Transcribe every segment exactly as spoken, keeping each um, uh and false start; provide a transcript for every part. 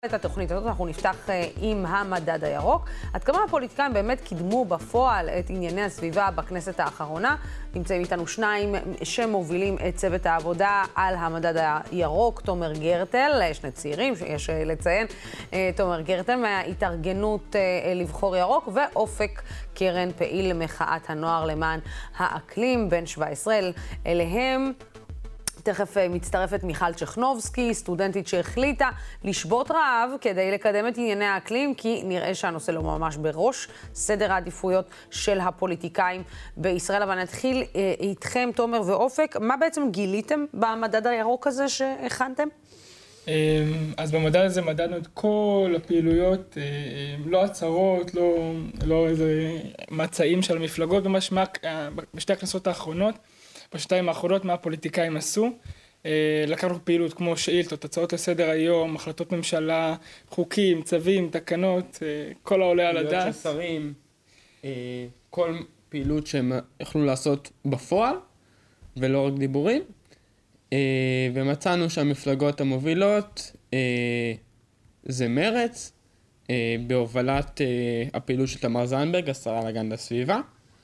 את התוכנית הזאת אנחנו נפתח עם המדד הירוק. עד כמה הפוליטיקאים באמת קידמו בפועל את ענייני הסביבה בכנסת האחרונה. נמצאים איתנו שניים שמובילים את צוות העבודה על המדד הירוק, תומר גרטל, שני צעירים שיש לציין, תומר גרטל מההתארגנות לבחור ירוק, ואופק קרן, פעיל מחאת הנוער למען האקלים, בן שבע עשרה. אליהם תכף מצטרפת מיכל צ'כנובסקי, סטודנטית שהחליטה לשבות רעב כדי לקדם את ענייני האקלים, כי נראה שהנושא לא ממש בראש סדר העדיפויות של הפוליטיקאים בישראל. אבל נתחיל איתכם, תומר ואופק. מה בעצם גיליתם במדד הירוק הזה שהכנתם? אז במדד הזה מדדנו את כל הפעילויות, לא הצהרות, לא, לא איזה מצעים של המפלגות, ממש בשתי הכנסות האחרונות. בשתיים האחרונות מה הפוליטיקאים עשו. לקחנו פעילות כמו שאילתות, הצעות לסדר היום, החלטות ממשלה, חוקים, צווים, תקנות, כל העולה על הדעת. פעילות של שרים, כל פעילות שהם יכלו לעשות בפועל, ולא רק דיבורים. ומצאנו שהמפלגות המובילות זה מרץ, בהובלת הפעילות של תמר זנדברג, השרה להגנת הסביבה.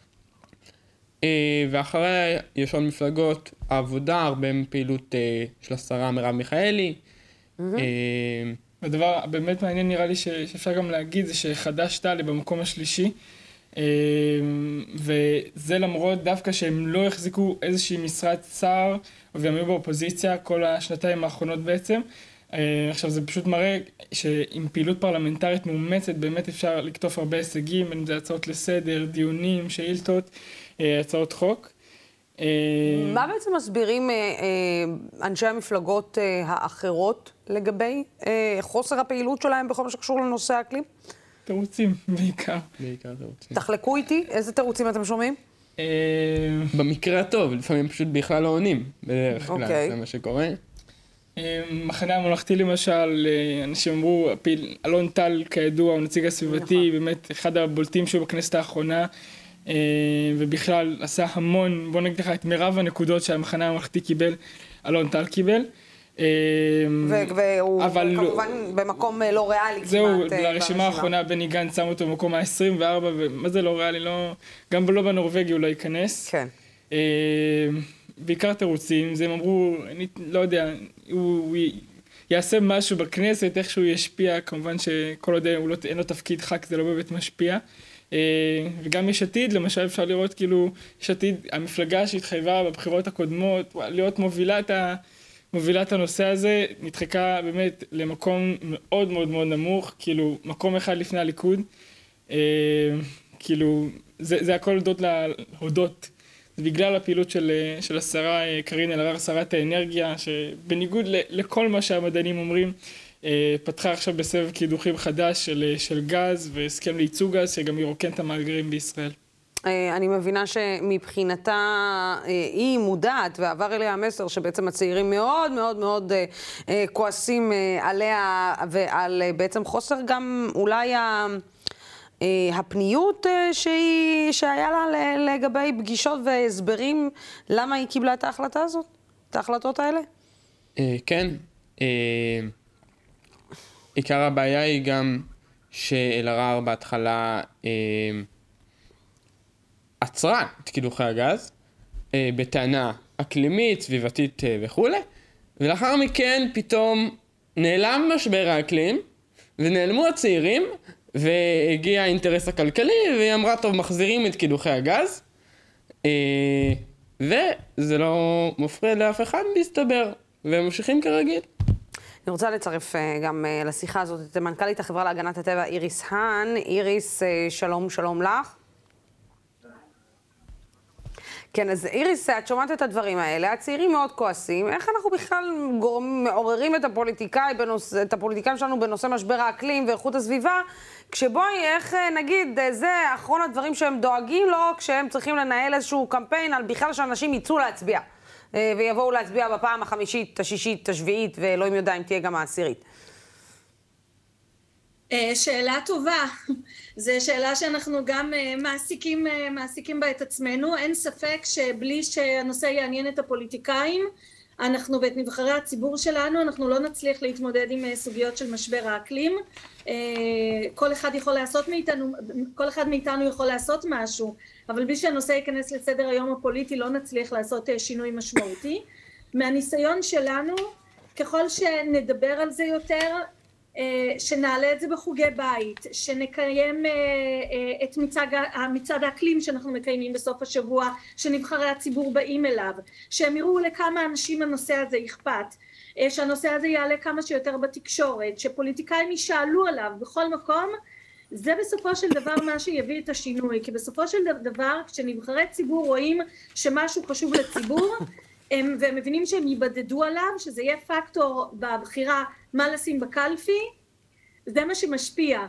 ואחריה יש עוד מפלגות העבודה, הרבה פעילות של השרה מרב מיכאלי. הדבר באמת מעניין נראה לי שאפשר גם להגיד זה שחד"ש תע"ל במקום השלישי, וזה למרות דווקא שהם לא החזיקו איזושהי משרת שר והם היו באופוזיציה כל השנתיים האחרונות בעצם. עכשיו זה פשוט מראה שעם פעילות פרלמנטרית מאומצת באמת אפשר לכתוב הרבה הישגים, בין זה הצעות לסדר, דיונים, שאילתות, הצעות חוק. מה בעצם מסבירים אנשי המפלגות האחרות לגבי חוסר הפעילות שלהם בכל מה שקשור לנושא האקלים? תירוצים בעיקר. בעיקר תירוצים. תחלקו איתי, איזה תירוצים אתם שומעים? במקרה הטוב, לפעמים פשוט בכלל לא עונים, בדרך כלל, זה מה שקורה. מחנה הממלכתי למשל, אנשים אמרו, אלון טל כידוע, הוא נציג הסביבתי, באמת אחד הבולטים שהוא בכנסת האחרונה, ובכלל עשה המון, בוא נגיד לך, את מירב הנקודות שהמחנה הממלכתי קיבל, אלון טל קיבל. והוא כמובן במקום לא ריאלי. זהו, לרשימה האחרונה בני גנץ שם אותו במקום ה-עשרים וארבע, ומה זה לא ריאלי? גם לא בנורווגי הוא לא ייכנס. כן. בעיקר תירוצים, זה הם אמרו, אני לא יודע, הוא יעשה משהו בכנסת, איך שהוא ישפיע, כמובן שכל עוד אין לו תפקיד ח"כ, זה לא באמת משפיע. וגם יש עתיד, למשל אפשר לראות כאילו, יש עתיד, המפלגה שהתחייבה בבחירות הקודמות, להיות מובילת, ה, מובילת הנושא הזה, נדחקה באמת למקום מאוד מאוד מאוד נמוך, כאילו מקום אחד לפני הליכוד, כאילו זה, זה הכל הודות להודות, זה בגלל הפעילות של, של השרה קארין אלהרר, שרת האנרגיה, שבניגוד לכל מה שהמדענים אומרים, פתחה עכשיו בסבב קידוחים חדש של, של גז והסכם לייצוא גז, שגם ירוקן את המאגרים בישראל. אני מבינה שמבחינתה היא מודעת ועבר אליה המסר שבעצם הצעירים מאוד מאוד מאוד כועסים עליה ועל בעצם חוסר גם אולי הפניות שהיא, שהיה לה לגבי פגישות והסברים למה היא קיבלה את ההחלטה הזאת, את ההחלטות האלה? כן. עיקר הבעיה היא גם שאלהרר בהתחלה אה, עצרה את קידוחי הגז אה, בטענה אקלימית, סביבתית אה, וכו'. ולאחר מכן פתאום נעלם משבר האקלים ונעלמו הצעירים והגיע האינטרס הכלכלי והיא אמרה טוב מחזירים את קידוחי הגז אה, וזה לא מפריע לאף אחד מסתבר והם ממשיכים כרגיל. אני רוצה לצרף גם לשיחה הזאת את מנכ"לית החברה להגנת הטבע איריס האן. איריס, שלום, שלום לך. כן, אז איריס, את שומעת את הדברים האלה, הצעירים מאוד כועסים, איך אנחנו בכלל מעוררים את הפוליטיקאי, בנוס, את הפוליטיקאים שלנו בנושא משבר האקלים ואיכות הסביבה, כשבואי, איך נגיד, זה אחרון הדברים שהם דואגים לו, כשהם צריכים לנהל איזשהו קמפיין על בכלל שאנשים יצאו להצביע. ויבואו להצביע בפעם החמישית, השישית, השביעית, ואלוהים יודע אם תהיה גם העשירית. שאלה טובה. זו שאלה שאנחנו גם מעסיקים, מעסיקים בה את עצמנו. אין ספק שבלי שהנושא יעניין את הפוליטיקאים, אנחנו ואת נבחרי הציבור שלנו, אנחנו לא נצליח להתמודד עם סוגיות של משבר האקלים. כל אחד יכול לעשות מאיתנו, כל אחד מאיתנו יכול לעשות משהו, אבל בלי שהנושא ייכנס לסדר היום הפוליטי לא נצליח לעשות שינוי משמעותי. מהניסיון שלנו, ככל שנדבר על זה יותר, שנעלה את זה בחוגי בית, שנקיים את מצד, מצד האקלים שאנחנו מקיימים בסוף השבוע, שנבחרי הציבור באים אליו, שהם יראו לכמה אנשים הנושא הזה אכפת, שהנושא הזה יעלה כמה שיותר בתקשורת, שפוליטיקאים ישאלו עליו בכל מקום, זה בסופו של דבר מה שיביא את השינוי, כי בסופו של דבר כשנבחרי ציבור רואים שמשהו חשוב לציבור, הם, והם מבינים שהם ייבדדו עליו, שזה יהיה פקטור בבחירה מה לשים בקלפי, זה מה שמשפיע.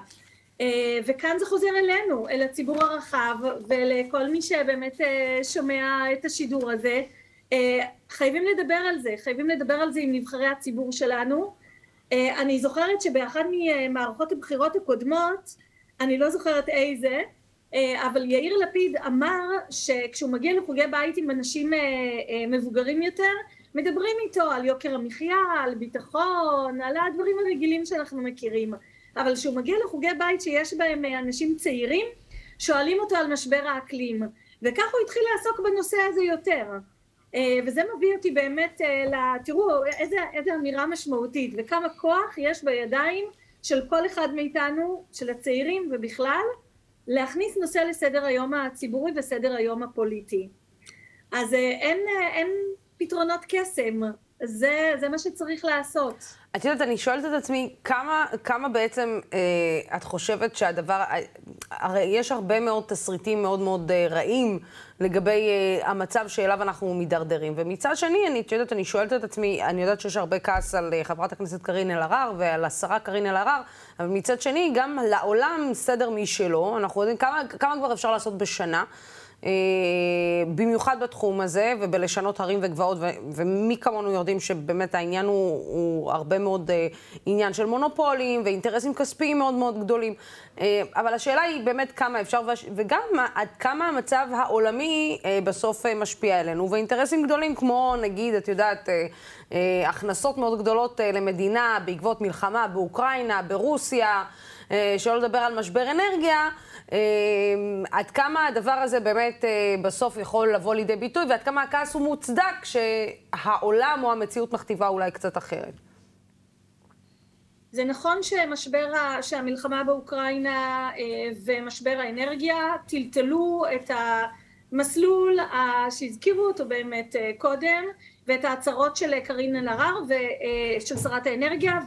וכאן זה חוזר אלינו, אל הציבור הרחב, ולכל מי שבאמת שומע את השידור הזה, חייבים לדבר על זה, חייבים לדבר על זה עם נבחרי הציבור שלנו. אני זוכרת שבאחד ממערכות הבחירות הקודמות, אני לא זוכרת איזה, אבל יאיר לפיד אמר שכשהוא מגיע לחוגי בית עם אנשים מבוגרים יותר, מדברים איתו על יוקר המחיה, על ביטחון, על הדברים הרגילים שאנחנו מכירים. אבל כשהוא מגיע לחוגי בית שיש בהם אנשים צעירים, שואלים אותו על משבר האקלים. וכך הוא התחיל לעסוק בנושא הזה יותר. וזה מביא אותי באמת, תראו איזה, איזה אמירה משמעותית, וכמה כוח יש בידיים של כל אחד מאיתנו, של הצעירים ובכלל, להכניס נושא לסדר היום הציבורי וסדר היום הפוליטי. אז אין, אין פתרונות קסם, זה, זה מה שצריך לעשות. את יודעת, אני שואלת את עצמי, כמה, כמה בעצם אה, את חושבת שהדבר, הרי יש הרבה מאוד תסריטים מאוד מאוד אה, רעים לגבי אה, המצב שאליו אנחנו מדרדרים, ומצד שני, אני יודעת, אני שואלת את עצמי, אני יודעת שיש הרבה כעס על אה, חברת הכנסת קארין אלהרר ועל השרה קארין אלהרר, אבל מצד שני, גם לעולם סדר משלו, אנחנו יודעים כמה, כמה כבר אפשר לעשות בשנה, Uh, במיוחד בתחום הזה ובלשנות הרים וגבעות, ו- ומי כמונו יודעים שבאמת העניין הוא, הוא הרבה מאוד uh, עניין של מונופולים ואינטרסים כספיים מאוד מאוד גדולים, uh, אבל השאלה היא באמת כמה אפשר וש- וגם עד כמה המצב העולמי uh, בסוף uh, משפיע אלינו, ואינטרסים גדולים כמו נגיד את יודעת uh, uh, הכנסות מאוד גדולות uh, למדינה בעקבות מלחמה באוקראינה, ברוסיה, uh, שלא לדבר על משבר אנרגיה, עד כמה הדבר הזה באמת בסוף יכול לבוא לידי ביטוי, ועד כמה הכעס הוא מוצדק שהעולם או המציאות מכתיבה אולי קצת אחרת. זה נכון שמשבר, שהמלחמה באוקראינה ומשבר האנרגיה טלטלו את המסלול שהזכירו אותו באמת קודם, ואת ההצהרות של קארין אלהרר ושל שרת האנרגיה,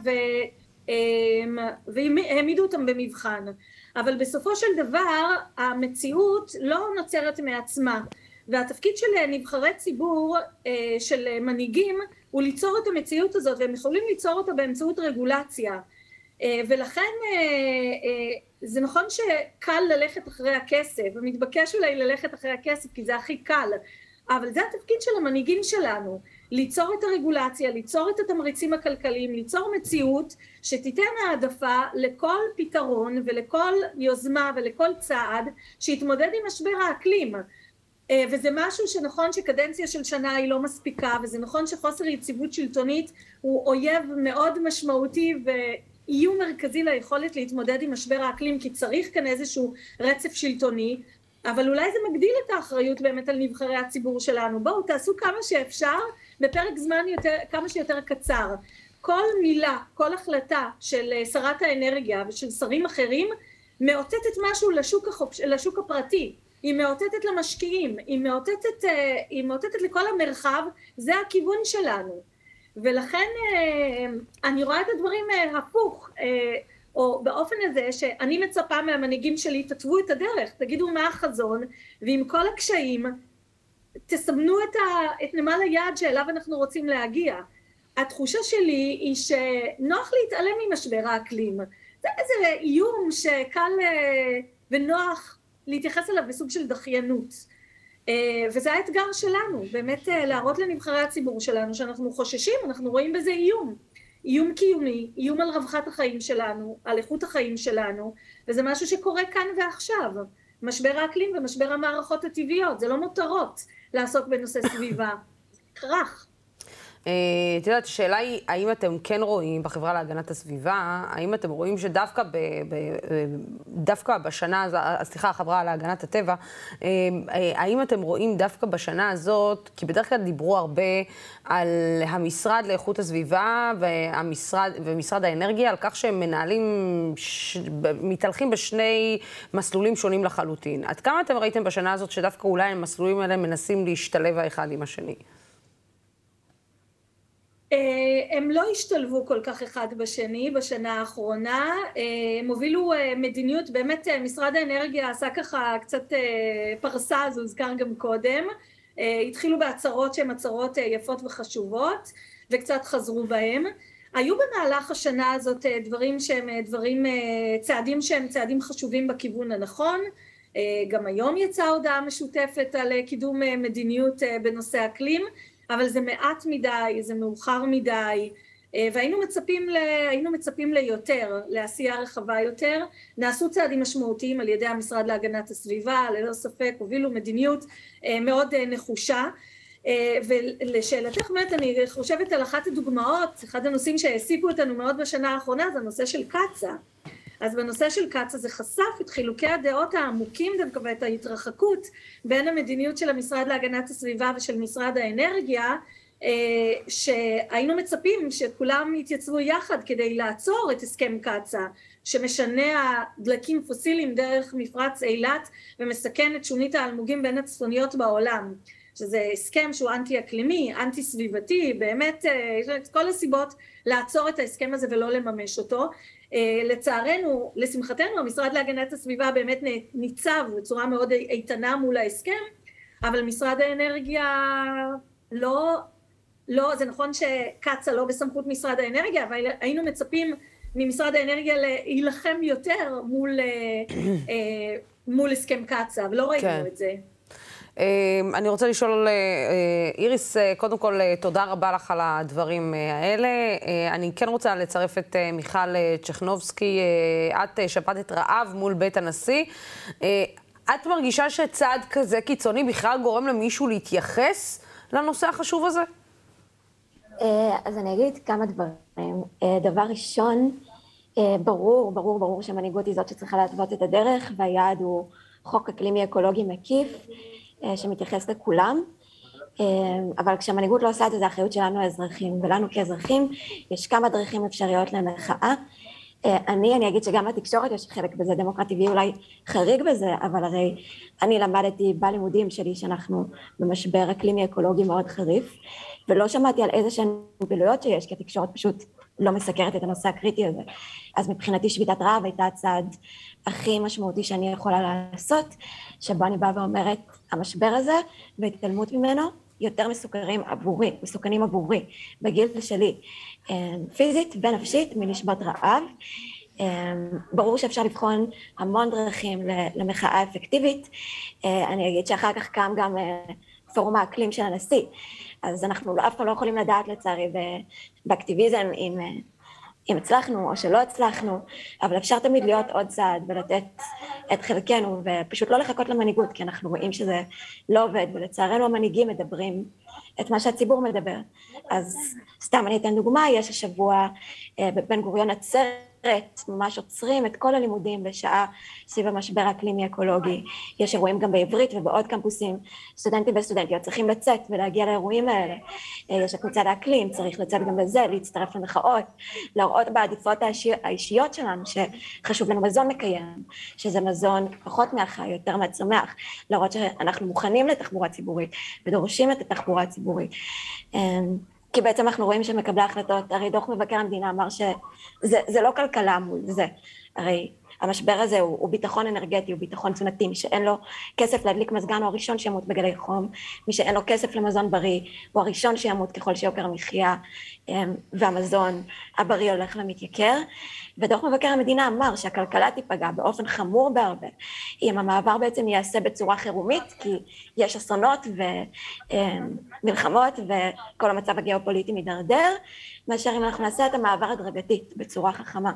והעמידו אותם במבחן. אבל בסופו של דבר המציאות לא נוצרת מעצמה, והתפקיד של נבחרי ציבור, של מנהיגים, הוא ליצור את המציאות הזאת, והם יכולים ליצור אותה באמצעות רגולציה. ולכן זה נכון שקל ללכת אחרי הכסף, ומתבקש אולי ללכת אחרי הכסף כי זה הכי קל, אבל זה התפקיד של המנהיגים שלנו, ליצור את הרגולציה, ליצור את התמריצים הכלכליים, ליצור מציאות שתיתן העדפה לכל פתרון ולכל יוזמה ולכל צעד שיתמודד עם משבר האקלים. וזה משהו שנכון שקדנציה של שנה היא לא מספיקה, וזה נכון שחוסר יציבות שלטונית הוא אויב מאוד משמעותי ואיום מרכזי ליכולת להתמודד עם משבר האקלים, כי צריך כאן איזשהו רצף שלטוני, אבל אולי זה מגדיל את האחריות באמת על נבחרי הציבור שלנו. בואו תעשו כמה שאפשר בפרק זמן יותר, כמה שיותר קצר. כל מילה, כל החלטה של שרת האנרגיה ושל שרים אחרים מאותתת משהו לשוק, החופש, לשוק הפרטי. היא מאותתת למשקיעים, היא מאותתת, היא מאותתת לכל המרחב, זה הכיוון שלנו. ולכן אני רואה את הדברים הפוך, או באופן הזה שאני מצפה מהמנהיגים שלי, תתוו את הדרך, תגידו מה החזון, ועם כל הקשיים, תסמנו את, ה, את נמל היעד שאליו אנחנו רוצים להגיע. התחושה שלי היא שנוח להתעלם ממשבר האקלים. זה איזה איום שקל ונוח להתייחס אליו בסוג של דחיינות. וזה האתגר שלנו, באמת להראות לנבחרי הציבור שלנו שאנחנו חוששים, אנחנו רואים בזה איום. איום קיומי, איום על רווחת החיים שלנו, על איכות החיים שלנו, וזה משהו שקורה כאן ועכשיו. משבר האקלים ומשבר המערכות הטבעיות, זה לא מותרות לעסוק בנושא סביבה, זה הכרח. את יודעת, השאלה היא, האם אתם כן רואים בחברה להגנת הסביבה, האם אתם רואים שדווקא ב, ב, דווקא בשנה, סליחה, החברה להגנת הטבע, האם אתם רואים דווקא בשנה הזאת, כי בדרך כלל דיברו הרבה על המשרד לאיכות הסביבה והמשרד, ומשרד האנרגיה, על כך שהם מנהלים, ש, מתהלכים בשני מסלולים שונים לחלוטין. עד כמה אתם ראיתם בשנה הזאת שדווקא אולי המסלולים האלה מנסים להשתלב האחד עם השני? הם לא השתלבו כל כך אחד בשני בשנה האחרונה, הם הובילו מדיניות, באמת משרד האנרגיה עשה ככה קצת פרסה, זה הוזכר גם קודם, התחילו בהצהרות שהן הצהרות יפות וחשובות וקצת חזרו בהם. היו במהלך השנה הזאת דברים שהם דברים, צעדים שהם צעדים חשובים בכיוון הנכון, גם היום יצאה הודעה משותפת על קידום מדיניות בנושא אקלים, אבל זה מעט מדי, זה מאוחר מדי, והיינו מצפים, ל, היינו מצפים ליותר, לעשייה רחבה יותר. נעשו צעדים משמעותיים על ידי המשרד להגנת הסביבה, ללא ספק, הובילו מדיניות מאוד נחושה, ולשאלתך באמת, אני חושבת על אחת הדוגמאות, אחד הנושאים שהעסיקו אותנו מאוד בשנה האחרונה, זה הנושא של קצה. אז בנושא של קצה זה חשף את חילוקי הדעות העמוקים דווקא ואת ההתרחקות בין המדיניות של המשרד להגנת הסביבה ושל משרד האנרגיה, שהיינו מצפים שכולם יתייצבו יחד כדי לעצור את הסכם קצה, שמשנה הדלקים פוסיליים דרך מפרץ אילת ומסכן את שונית האלמוגים בין הצפוניות בעולם. שזה הסכם שהוא אנטי אקלימי, אנטי סביבתי, באמת יש את כל הסיבות לעצור את ההסכם הזה ולא לממש אותו. לצערנו, לשמחתנו, המשרד להגנת הסביבה באמת ניצב בצורה מאוד איתנה מול ההסכם, אבל משרד האנרגיה לא, לא, זה נכון שקצה לא בסמכות משרד האנרגיה, אבל היינו מצפים ממשרד האנרגיה להילחם יותר מול, מול הסכם קצה, ולא ראינו כן. את זה. אני רוצה לשאול, איריס, קודם כל, תודה רבה לך על הדברים האלה. אני כן רוצה לצרף את מיכל צ'כנובסקי, את שפטת רעב מול בית הנשיא. את מרגישה שצעד כזה קיצוני בכלל גורם למישהו להתייחס לנושא החשוב הזה? אז אני אגיד כמה דברים. דבר ראשון, ברור, ברור, ברור שמנהיגות היא זאת שצריכה להתוות את הדרך, והיעד הוא חוק אקלימי אקולוגי מקיף, שמתייחס לכולם, אבל כשהמנהיגות לא עושה את זה, זה האחריות שלנו האזרחים, ולנו כאזרחים יש כמה דרכים אפשריות למחאה. אני, אני אגיד שגם התקשורת יש חלק בזה, דמוקרט טבעי אולי חריג בזה, אבל הרי אני למדתי בלימודים שלי שאנחנו במשבר אקלימי אקולוגי מאוד חריף, ולא שמעתי על איזה שהן פעילויות שיש, כי התקשורת פשוט לא מסקרת את הנושא הקריטי הזה. אז מבחינתי שביתת רעב הייתה הצעד הכי משמעותי שאני יכולה לעשות, שבו אני באה ואומרת, המשבר הזה והתעלמות ממנו יותר מסוכנים עבורי, מסוכנים עבורי, בגיל שלי, פיזית ונפשית, מלשבות רעב. ברור שאפשר לבחון המון דרכים למחאה אפקטיבית. אני אגיד שאחר כך קם גם פורום האקלים של הנשיא, אז אנחנו אף פעם לא יכולים לדעת לצערי באקטיביזם אם, אם הצלחנו או שלא הצלחנו, אבל אפשר תמיד להיות עוד צעד ולתת את חלקנו ופשוט לא לחכות למנהיגות, כי אנחנו רואים שזה לא עובד, ולצערנו המנהיגים מדברים את מה שהציבור מדבר. אז סתם אני אתן דוגמה, יש השבוע בבן גוריון עצרת, ממש עוצרים את כל הלימודים בשעה סביב המשבר האקלימי אקולוגי. יש אירועים גם בעברית ובעוד קמפוסים, סטודנטים וסטודנטיות צריכים לצאת ולהגיע לאירועים האלה. יש את מצד האקלים, צריך לצאת גם לזה, להצטרף למחאות, להראות בעדיפות האישיות שלנו שחשוב לנו מזון מקיים, שזה מזון פחות מהחי, יותר מהצומח, להראות שאנחנו מוכנים לתחבורה ציבורית ודורשים את התחבורה הציבורית. כי בעצם אנחנו רואים שמקבלי ההחלטות, הרי דוח מבקר המדינה אמר שזה זה לא כלכלה מול זה, הרי המשבר הזה הוא, הוא ביטחון אנרגטי, הוא ביטחון תזונתי, מי שאין לו כסף להדליק מזגן הוא הראשון שימות בגלי חום, מי שאין לו כסף למזון בריא הוא הראשון שימות ככל שיוקר המחיה והמזון הבריא הולך ומתייקר, ודוח מבקר המדינה אמר שהכלכלה תיפגע באופן חמור בהרבה, אם המעבר בעצם יעשה בצורה חירומית, כי יש אסונות ומלחמות וכל המצב הגיאופוליטי מדרדר, מאשר אם אנחנו נעשה את המעבר הדרגתית בצורה חכמה.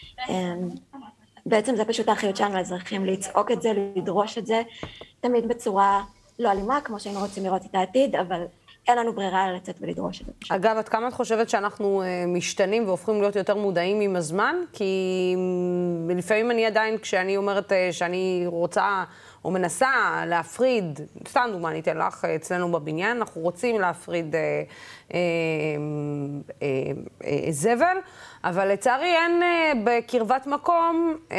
בעצם זה פשוט האחריות שלנו לאזרחים, לצעוק את זה, לדרוש את זה, תמיד בצורה לא אלימה, כמו שהיינו רוצים לראות את העתיד, אבל אין לנו ברירה לצאת ולדרוש את זה. אגב, עד כמה את חושבת שאנחנו משתנים והופכים להיות יותר מודעים עם הזמן? כי לפעמים אני עדיין, כשאני אומרת שאני רוצה או מנסה להפריד, סתם דוגמה, אני אתן לך, אצלנו בבניין, אנחנו רוצים להפריד אה, אה, אה, אה, זבל, אבל לצערי אין אה, בקרבת מקום אה,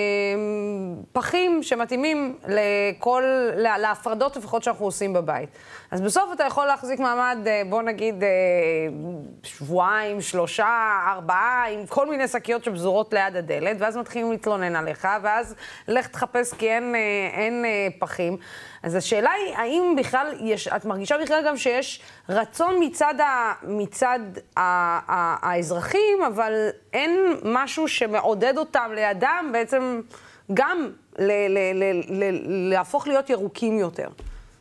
פחים שמתאימים לכל, לה, להפרדות לפחות שאנחנו עושים בבית. אז בסוף אתה יכול להחזיק מעמד, אה, בוא נגיד, אה, שבועיים, שלושה, ארבעה, עם כל מיני שקיות שבזורות ליד הדלת, ואז מתחילים להתלונן עליך, ואז לך תחפש כי אין... אה, אין פחים. אז השאלה היא, האם בכלל יש, את מרגישה בכלל גם שיש רצון מצד, ה, מצד ה, ה, האזרחים, אבל אין משהו שמעודד אותם לידם בעצם גם ל, ל, ל, ל, להפוך להיות ירוקים יותר?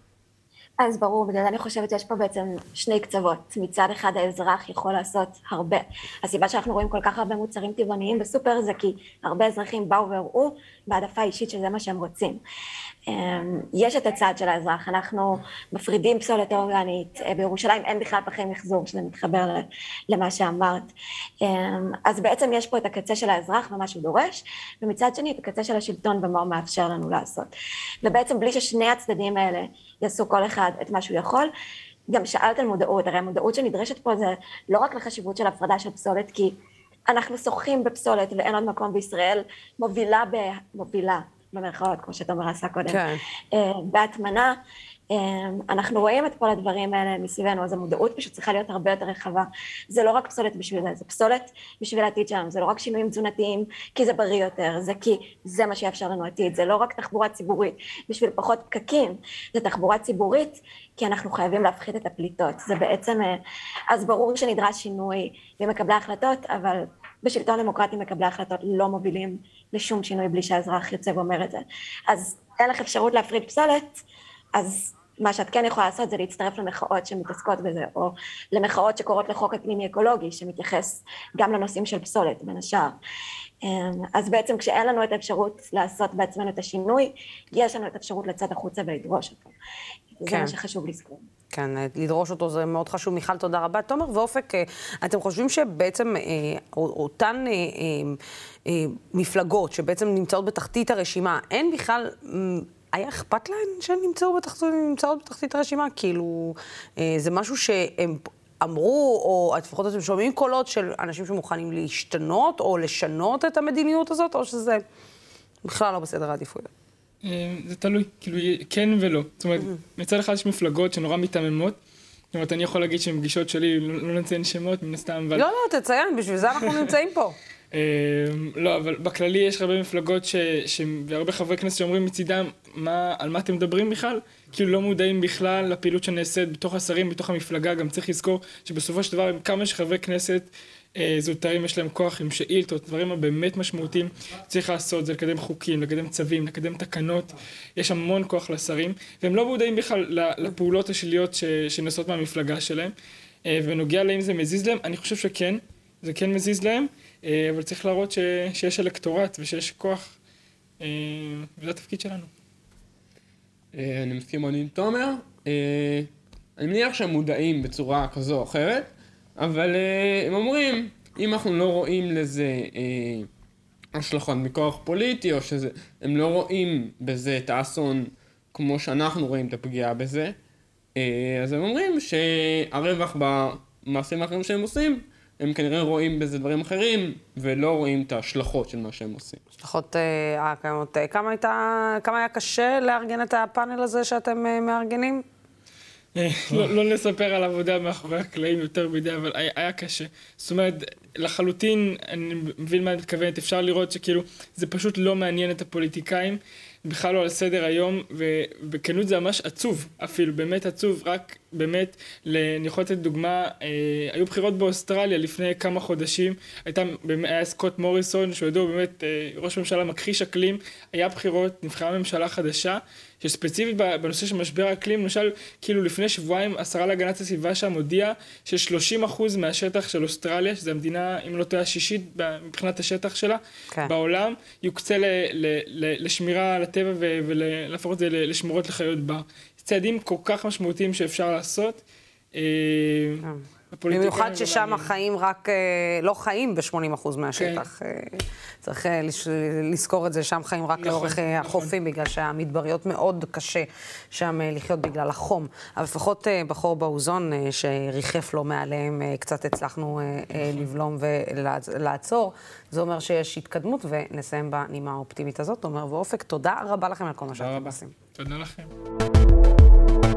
אז ברור, בגלל זה אני חושבת שיש פה בעצם שני קצוות. מצד אחד האזרח יכול לעשות הרבה. הסיבה שאנחנו רואים כל כך הרבה מוצרים טבעוניים בסופר זה כי הרבה אזרחים באו והראו בהעדפה אישית שזה מה שהם רוצים. יש את הצד של האזרח, אנחנו מפרידים פסולת אורגנית, בירושלים אין בכלל פחי מחזור, שזה מתחבר למה שאמרת. אז בעצם יש פה את הקצה של האזרח ומה שהוא דורש, ומצד שני את הקצה של השלטון ומה הוא מאפשר לנו לעשות. ובעצם בלי ששני הצדדים האלה יעשו כל אחד את מה שהוא יכול, גם שאלת על מודעות, הרי המודעות שנדרשת פה זה לא רק לחשיבות של הפרדה של פסולת, כי אנחנו שוחים בפסולת ואין עוד מקום בישראל, מובילה במובילה, במרכאות, כמו שאתה אומר עשה קודם, כן. בהטמנה, אנחנו רואים את כל הדברים האלה מסביבנו, אז המודעות פשוט צריכה להיות הרבה יותר רחבה. זה לא רק פסולת בשביל זה, זה פסולת בשביל העתיד שלנו, זה לא רק שינויים תזונתיים, כי זה בריא יותר, זה כי זה מה שיאפשר לנו עתיד, זה לא רק תחבורה ציבורית בשביל פחות פקקים, זה תחבורה ציבורית, כי אנחנו חייבים להפחית את הפליטות. זה בעצם, אז ברור שנדרש שינוי במקבלי ההחלטות, אבל בשלטון דמוקרטי מקבלי ההחלטות לא מובילים לשום שינוי בלי שהאזרח יוצא ואומר את זה. אז אין לך אפשרות להפריד פסולת, אז מה שאת כן יכולה לעשות זה להצטרף למחאות שמתעסקות בזה, או למחאות שקורות לחוק אקלימי אקולוגי, שמתייחס גם לנושאים של פסולת, בין השאר. אז בעצם כשאין לנו את האפשרות לעשות בעצמנו את השינוי, יש לנו את האפשרות לצאת החוצה ולדרוש אותו. כן. זה מה שחשוב לזכור. כן, לדרוש אותו זה מאוד חשוב. מיכל, תודה רבה. תומר ואופק, אתם חושבים שבעצם אה, אותן אה, אה, מפלגות שבעצם נמצאות בתחתית הרשימה, אין בכלל... היה אכפת להן שהן נמצאו בתחתית, נמצאות בתחתית הרשימה? כאילו, אה, זה משהו שהם אמרו, או לפחות אתם שומעים קולות של אנשים שמוכנים להשתנות, או לשנות את המדיניות הזאת, או שזה בכלל לא בסדר העדיפויות? זה תלוי, כאילו, כן ולא. זאת אומרת, מצד אחד יש מפלגות שנורא מתעממות, זאת אומרת, אני יכול להגיד שהן פגישות שלי, לא נציין שמות, מן הסתם, אבל... לא, לא, תציין, בשביל זה אנחנו נמצאים פה. לא, אבל בכללי יש הרבה מפלגות והרבה חברי כנסת שאומרים מצידם על מה אתם מדברים בכלל, כאילו לא מודעים בכלל לפעילות שנעשית בתוך השרים, בתוך המפלגה. גם צריך לזכור שבסופו של דבר כמה שחברי כנסת זוטרים יש להם כוח עם שאילתות, דברים הבאמת משמעותיים צריך לעשות, זה לקדם חוקים, לקדם צווים, לקדם תקנות, יש המון כוח לשרים, והם לא מודעים בכלל לפעולות השליליות שנעשות מהמפלגה שלהם, ונוגע להם זה מזיז להם, אני חושב שכן, זה כן מזיז להם, אבל צריך להראות ש, שיש אלקטורט ושיש כוח, וזה התפקיד שלנו. אני מסכים מאוד עם תומר. אני מניח שהם מודעים בצורה כזו או אחרת, אבל הם אומרים, אם אנחנו לא רואים לזה השלכות מכוח פוליטי, או שהם לא רואים בזה את האסון כמו שאנחנו רואים את הפגיעה בזה, אז הם אומרים שהרווח במעשים האחרים שהם עושים, הם כנראה רואים בזה דברים אחרים, ולא רואים את ההשלכות של מה שהם עושים. השלכות הקיימות. כמה הייתה, כמה היה קשה לארגן את הפאנל הזה שאתם מארגנים? לא נספר על עבודה מאחורי הקלעים יותר מדי, אבל היה קשה. זאת אומרת, לחלוטין, אני מבין מה אני מתכוונת, אפשר לראות שכאילו, זה פשוט לא מעניין את הפוליטיקאים, בכלל לא על סדר היום, ובכנות זה ממש עצוב, אפילו, באמת עצוב, רק באמת, אני יכול לתת דוגמה, היו בחירות באוסטרליה לפני כמה חודשים, הייתה, היה סקוט מוריסון, שהוא ידעו באמת, ראש ממשלה מכחיש אקלים, היה בחירות, נבחרה ממשלה חדשה, שספציפית בנושא של משבר האקלים, למשל, כאילו לפני שבועיים, השרה להגנת הסביבה שם הודיעה ש-שלושים אחוז מהשטח של אוסטרליה, שזו המדינה, אם לא תהיה השישית מבחינת השטח שלה, כן. בעולם, יוקצה ל- ל- ל- לשמירה על הטבע ולהפוך את זה לשמורות לחיות בר. צעדים כל כך משמעותיים שאפשר לעשות, במיוחד ששם החיים רק, לא חיים ב-שמונים אחוז מהשטח. צריך לזכור את זה, שם חיים רק לאורך החופים, בגלל שהמדבריות מאוד קשה שם לחיות בגלל החום. אבל לפחות בחור באוזון שריחף לו מעליהם, קצת הצלחנו לבלום ולעצור. זה אומר שיש התקדמות, ונסיים בנימה האופטימית הזאת. אומר ואופק, תודה רבה לכם על כל מה שאתם עושים. תודה לכם.